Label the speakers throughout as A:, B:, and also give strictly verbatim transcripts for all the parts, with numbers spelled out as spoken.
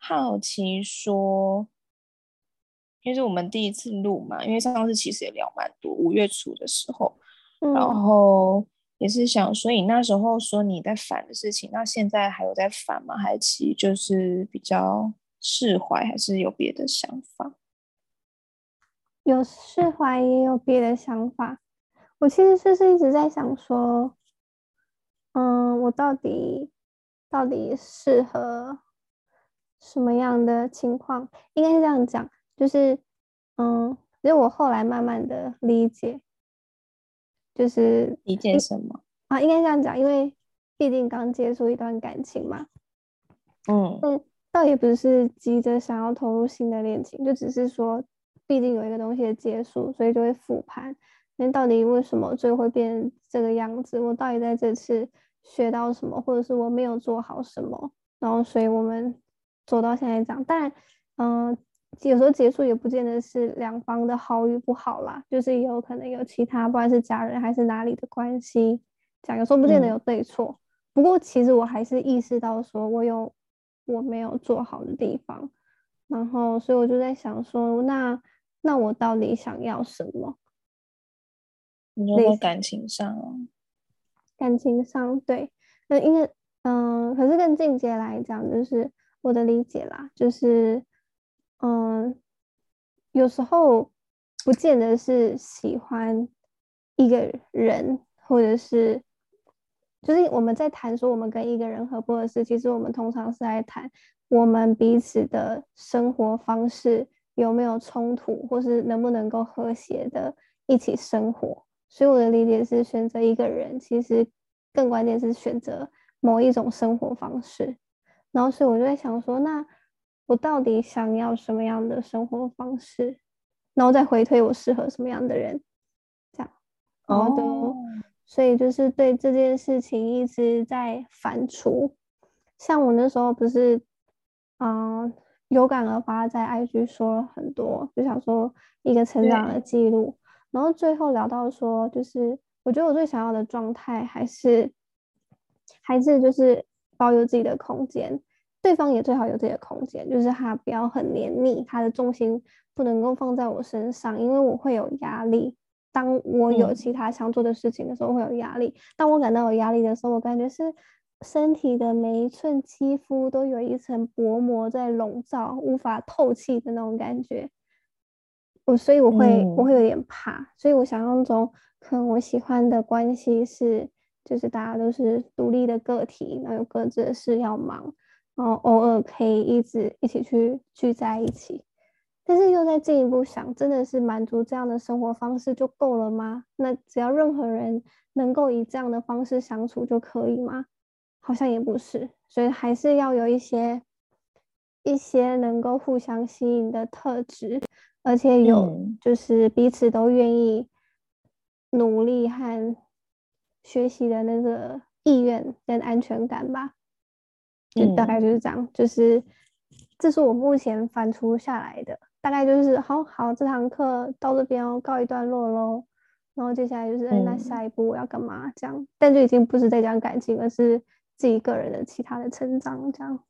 A: 好奇说，因为是我们第一次录嘛，因为上次其实也聊蛮多，五月初的时候，然
B: 嗯，
A: 后也是想，所以那时候说你在烦的事情，那现在还有在烦吗？还是其实就是比较释怀，还是有别的想法？
B: 有释怀也有别的想法。我其实就是一直在想说，嗯，我到底到底适合什么样的情况？应该是这样讲，就是，嗯，其实我后来慢慢的理解，就是
A: 理解什么？
B: 啊，应该这样讲，因为毕竟刚结束一段感情嘛，
A: 嗯
B: 嗯，倒也不是急着想要投入新的恋情，就只是说，毕竟有一个东西的结束，所以就会复盘，那到底为什么最后会变这个样子？我到底在这次学到什么，或者是我没有做好什么？然后，所以我们走到现在这样。当然，嗯、有时候结束也不见得是两方的好与不好啦，就是也有可能有其他，不管是家人还是哪里的关系，这样有时候不见得
A: 嗯，
B: 有对错。不过其实我还是意识到说我有我没有做好的地方，然后所以我就在想说，那那我到底想要什么？
A: 你说
B: 类似
A: 在感情上哦，
B: 感情上，对，那因为嗯、呃可是更进阶来讲，就是我的理解啦，就是嗯、有时候不见得是喜欢一个人，或者是就是我们在谈说我们跟一个人合不合适，其实我们通常是在谈我们彼此的生活方式有没有冲突，或是能不能够和谐的一起生活。所以我的理解是，选择一个人，其实更关键是选择某一种生活方式。然后，所以我就在想说，那我到底想要什么样的生活方式？然后再回推我适合什么样的人，这样，然后就，
A: 哦，
B: 所以就是对这件事情一直在反刍。像我那时候不是，嗯、有感而发，在 I G 说了很多，就想说一个成长的
A: 对，
B: 记录，然后最后聊到说，就是我觉得我最想要的状态还是还是就是保有自己的空间，对方也最好有自己的空间，就是他不要很黏腻，他的重心不能够放在我身上，因为我会有压力。当我有其
A: 嗯
B: 他想做的事情的时候，会有压力。当我感到有压力的时候，我感觉是身体的每一寸肌肤都有一层薄膜在笼罩，无法透气的那种感觉。我所以我会我会有
A: 嗯
B: 点怕，所以我想象中可能我喜欢的关系是，就是大家都是独立的个体，然后有各自的事要忙，然后偶尔可以一直一起去聚在一起。但是又在进一步想，真的是满足这样的生活方式就够了吗？那只要任何人能够以这样的方式相处就可以吗？好像也不是，所以还是要有一些一些能够互相吸引的特质，而且有
A: 嗯
B: 就是彼此都愿意努力和学习的那个意愿跟安全感吧。就大概
A: 嗯
B: 就是这样，就是这是我目前翻出下来的，大概就是好好这堂课到这边哦告一段落喽，然后接下来就是，哎，那
A: 嗯
B: 下一步我要干嘛？这样，但就已经不是在讲感情，而是自己个人的其他的成长，这样。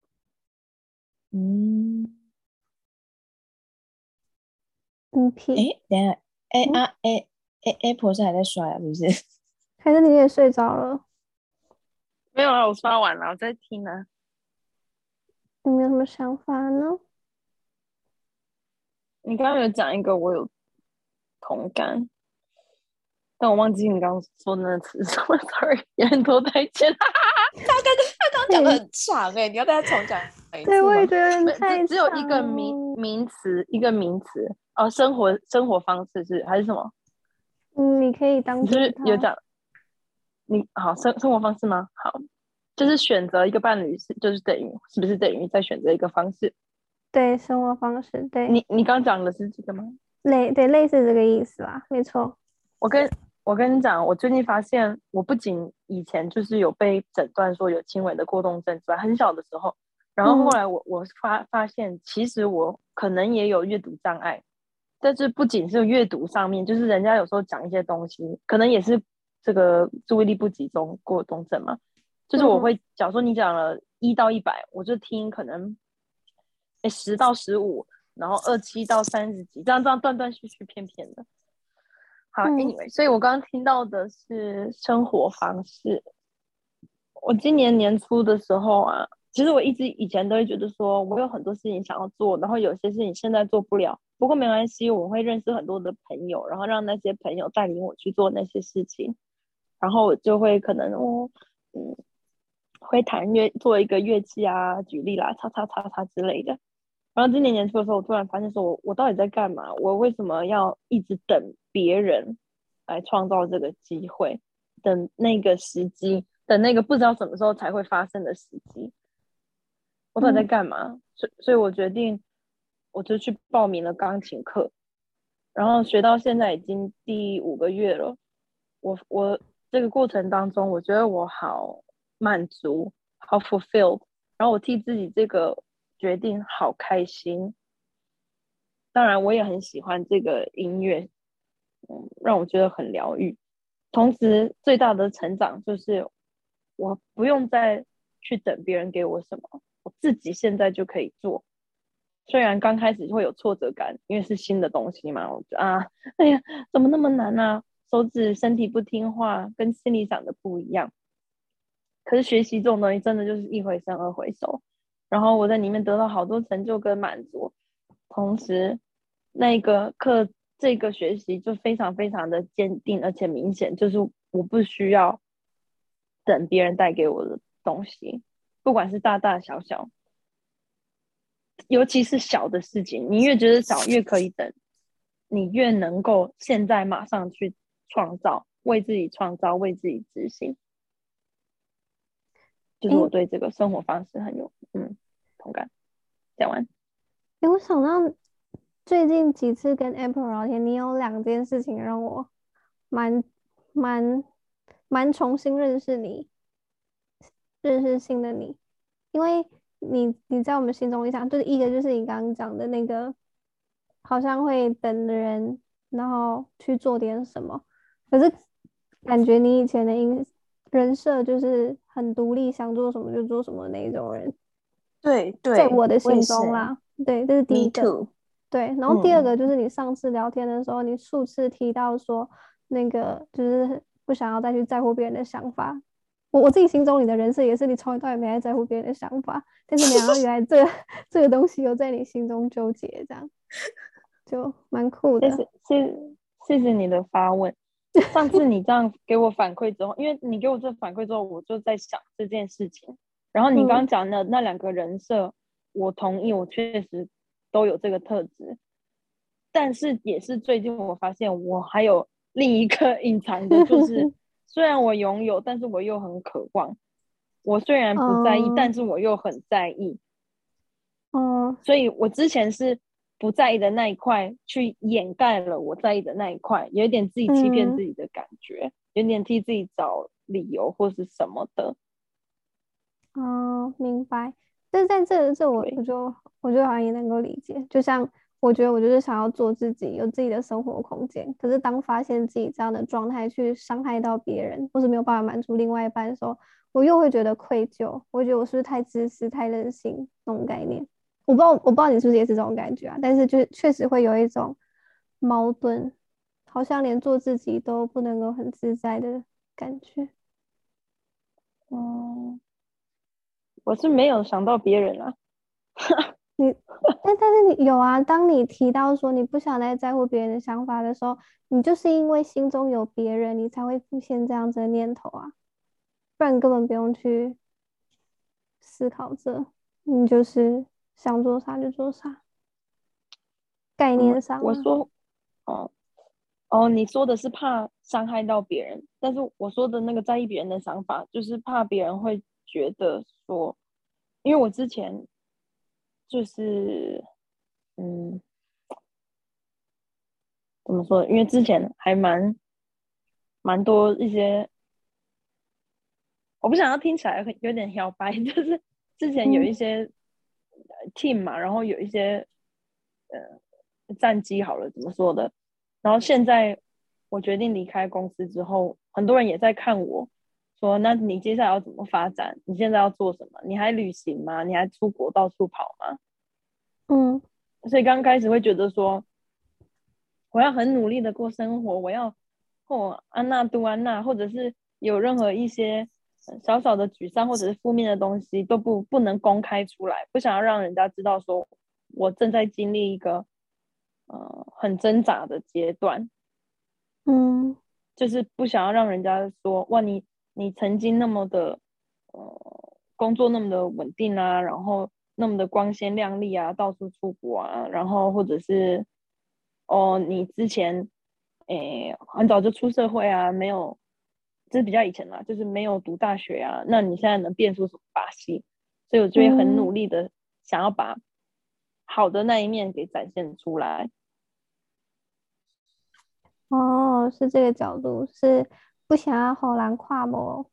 A: 嗯，
B: 嗯，P，
A: 诶，等一下，A
B: 嗯，
A: 啊 A A Apple 是还在刷呀，是不是？
B: 还是你也睡着了？
C: 没有啊，我刷完了，我在听呢。
B: 你没有什么想法呢？
C: 你刚刚有讲一个，我有同感，但我忘记你刚刚说的那个词是什么，sorry，有很多再见。
A: 刚刚讲的
B: 嘿，
A: 很长哎、你要再重讲一
B: 对，我也
A: 次吗？
B: 觉得
C: 没有，只
B: 很太
C: 只有一个名
B: 长。
C: 名词，一个名词哦，生活生活方式是还是什么？
B: 嗯，你可以当
C: 你是不
B: 做他。
C: 是有讲你好生生活方式吗？好，就是选择一个伴侣是就是等于是不是等于在选择一个方式？
B: 对，生活方式，对，
C: 你你刚讲的是这个吗？
B: 类对类似这个意思啦，没错。
C: 我跟我跟你讲，我最近发现，我不仅以前就是有被诊断说有轻微的过动症之外，很小的时候，然后后
B: 嗯
C: 来我我发发现，其实我可能也有阅读障碍，但是不仅是阅读上面，就是人家有时候讲一些东西，可能也是这个注意力不集中过动症嘛，就是我
B: 嗯
C: 会假如说你讲了一到一百，我就听可能哎，十到十五，然后二七到三十几，这样这样断断续续片片的。好，anyway，、嗯、所以我刚刚听到的是生活方式。我今年年初的时候啊，其实我一直以前都会觉得说，我有很多事情想要做，然后有些事情现在做不了，不过没关系，我会认识很多的朋友，然后让那些朋友带领我去做那些事情，然后我就会可能哦，嗯，会弹乐，做一个乐器啊，举例啦，叉叉叉叉之类的。然后今年年初的时候，我突然发现说我，我到底在干嘛？我为什么要一直等别人来创造这个机会，等那个时机？等那个不知道什么时候才会发生的时机，我到底在干嘛？嗯、所以所以我决定，我就去报名了钢琴课，然后学到现在已经第五个月了。我我这个过程当中，我觉得我好满足，好 fulfilled， 然后我替自己这个决定好开心。当然，我也很喜欢这个音乐，嗯，让我觉得很疗愈。同时，最大的成长就是我不用再去等别人给我什么，我自己现在就可以做。虽然刚开始会有挫折感，因为是新的东西嘛，我觉得啊，哎呀，怎么那么难啊？手指身体不听话，跟心里想的不一样。可是学习这种东西真的就是一回生二回熟，然后我在里面得到好多成就跟满足，同时那个课这个学习就非常非常的坚定而且明显，就是我不需要等别人带给我的东西，不管是大大小小，尤其是小的事情，你越觉得小越可以等，你越能够现在马上去创造，为自己创造，为自己执行。就是我对这个生活方式很有嗯同感。讲完。
B: 哎，我想到最近几次跟 Apple 聊天，你有两件事情让我蛮蛮蛮重新认识你，认识新的你，因为你你在我们心中印象，就是一个就是你刚刚讲的那个，好像会等的人，然后去做点什么，可是感觉你以前的音人设就是很独立，想做什么就做什么那一种人。
A: 对对，
B: 在我的心
A: 我也是
B: 中啦，对，这是第
A: Me
B: 一个。
A: too。
B: 对，然后第二个
A: 嗯，
B: 就是你上次聊天的时候，你数次提到说那个就是不想要再去在乎别人的想法。我我自己心中你的人设也是你从头到尾没在在乎别人的想法，但是没想到原来这个这个东西有在你心中纠结，这样就蛮酷的。
C: 谢谢谢谢谢你的发问。上次你这样给我反馈之后，因为你给我这反馈之后，我就在想这件事情。然后你刚刚讲的那两个人设，嗯、我同意，我确实都有这个特质。但是也是最近我发现，我还有另一个隐藏的，就是虽然我拥有，但是我又很渴望。我虽然不在意，
B: 嗯、
C: 但是我又很在意。
B: 嗯，
C: 所以我之前是不在意的那一块，去掩盖了我在意的那一块，有一点自己欺骗自己的感觉，有点替自己找理由或是什么的。
B: 哦，明白。但是在这这我我就我就好像也能够理解，就像我觉得我就是想要做自己，有自己的生活空间。可是当发现自己这样的状态去伤害到别人，或是没有办法满足另外一半的时候，我又会觉得愧疚。我会觉得我是不是太自私、太任性那种概念？我不知道，我不知道你是不是也是这种感觉啊？但是就是确实会有一种矛盾，好像连做自己都不能够很自在的感觉。
C: 嗯，我是没有想到别人啊。
B: 你，但但是你有啊，当你提到说你不想再在乎别人的想法的时候，你就是因为心中有别人，你才会浮现这样子的念头啊，不然根本不用去思考这，你就是想做啥就做啥，概念
C: 嗯，
B: 上啊。
C: 我说，哦哦，你说的是怕伤害到别人，但是我说的那个在意别人的想法，就是怕别人会觉得说，因为我之前就是，嗯，怎么说？因为之前还蛮蛮多一些，我不想要听起来有点摇摆，就是之前有
B: 嗯
C: 一些 team 嘛，然后有一些呃战绩好了，怎么说的？然后现在我决定离开公司之后，很多人也在看我说，那你接下来要怎么发展？你现在要做什么？你还旅行吗？你还出国到处跑吗？
B: 嗯
C: 所以刚开始会觉得说，我要很努力的过生活，我要或安娜杜安娜，或者是有任何一些小小的沮丧或者是负面的东西都不不能公开出来，不想要让人家知道说我正在经历一个呃很挣扎的阶段，
B: 嗯
C: 就是不想要让人家说哇你你曾经那么的呃工作那么的稳定啊，然后那么的光鲜亮丽啊，到处出国啊，然后或者是哦你之前诶很早就出社会啊，没有这是比较以前啦，就是没有读大学啊，那你现在能变出什么把戏？所以我就会很努
B: 嗯，
C: 力的想要把好的那一面给展现出来。
B: 哦，是这个角度，是不想要后来跨模，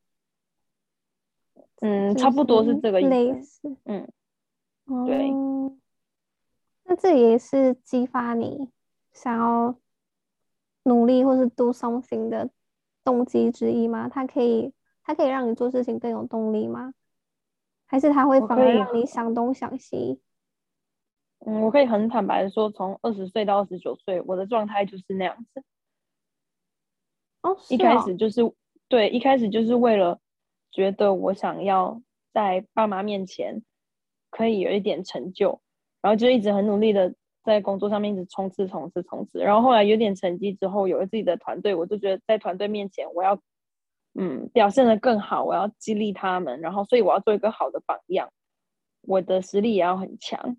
C: 嗯，差不
B: 就是
C: 多是这个意思。
B: 类似。
C: 嗯，对。
B: 哦，那这也是激发你想要努力或是 do something 的动机之一吗？它可以，它可以让你做事情更有动力吗？还是它会反而让
C: 我可以，
B: 你想东想西？
C: 嗯，我可以很坦白的说，从二十岁到二十九岁，我的状态就是那样子。
B: 哦，
C: 一
B: 是哦，
C: 开始就是对，一开始就是为了觉得我想要在爸妈面前可以有一点成就，然后就一直很努力的在工作上面一直冲刺、冲刺、冲刺。然后后来有点成绩之后，有了自己的团队，我就觉得在团队面前我要嗯表现的更好，我要激励他们，然后所以我要做一个好的榜样，我的实力也要很强。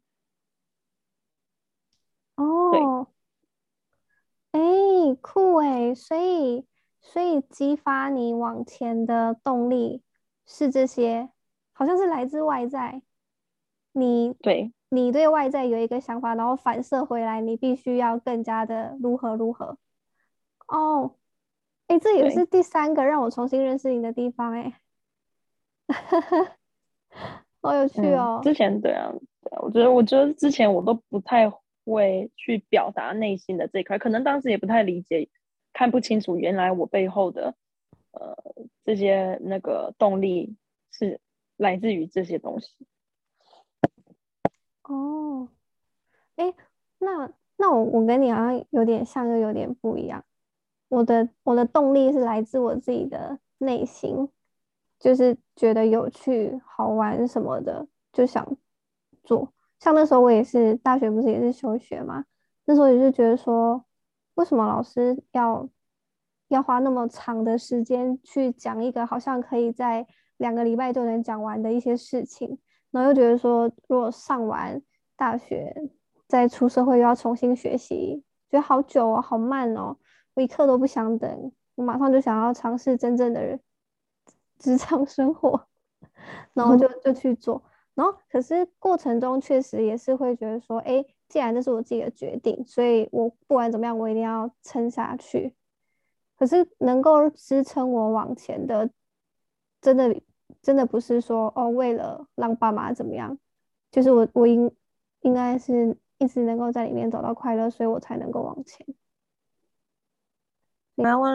C: 对
B: 哦，哎，酷哎，所以所以激发你往前的动力是这些，好像是来自外在，你
C: 对
B: 你对外在有一个想法，然后反射回来，你必须要更加的如何如何。哦，哎，这也
C: 对。
B: 是第三个让我重新认识你的地方，哎，好有趣
C: 嗯，
B: 哦。
C: 之前对啊，对啊，我觉得，我觉得之前我都不太会去表达内心的这一块，可能当时也不太理解，看不清楚原来我背后的呃这些那个动力是来自于这些东西。
B: 哦，哎，那那我我跟你好像有点像，又有点不一样。我的我的动力是来自我自己的内心，就是觉得有趣、好玩什么的，就想做。像那时候我也是大学不是也是休学嘛，那时候也是觉得说，为什么老师要要花那么长的时间去讲一个好像可以在两个礼拜就能讲完的一些事情，然后又觉得说，如果上完大学再出社会又要重新学习，觉得好久哦，好慢哦。我一刻都不想等，我马上就想要尝试真正的职场生活，然后就就去做。然后可是过程中确实也是会觉得说，哎，既然这是我自己的决定，所以我不管怎么样，我一定要撑下去。可是能够支撑我往前的，真的真的不是说哦，为了让爸妈怎么样，就是我我应应该是一直能够在里面找到快乐，所以我才能够往前。
C: 台湾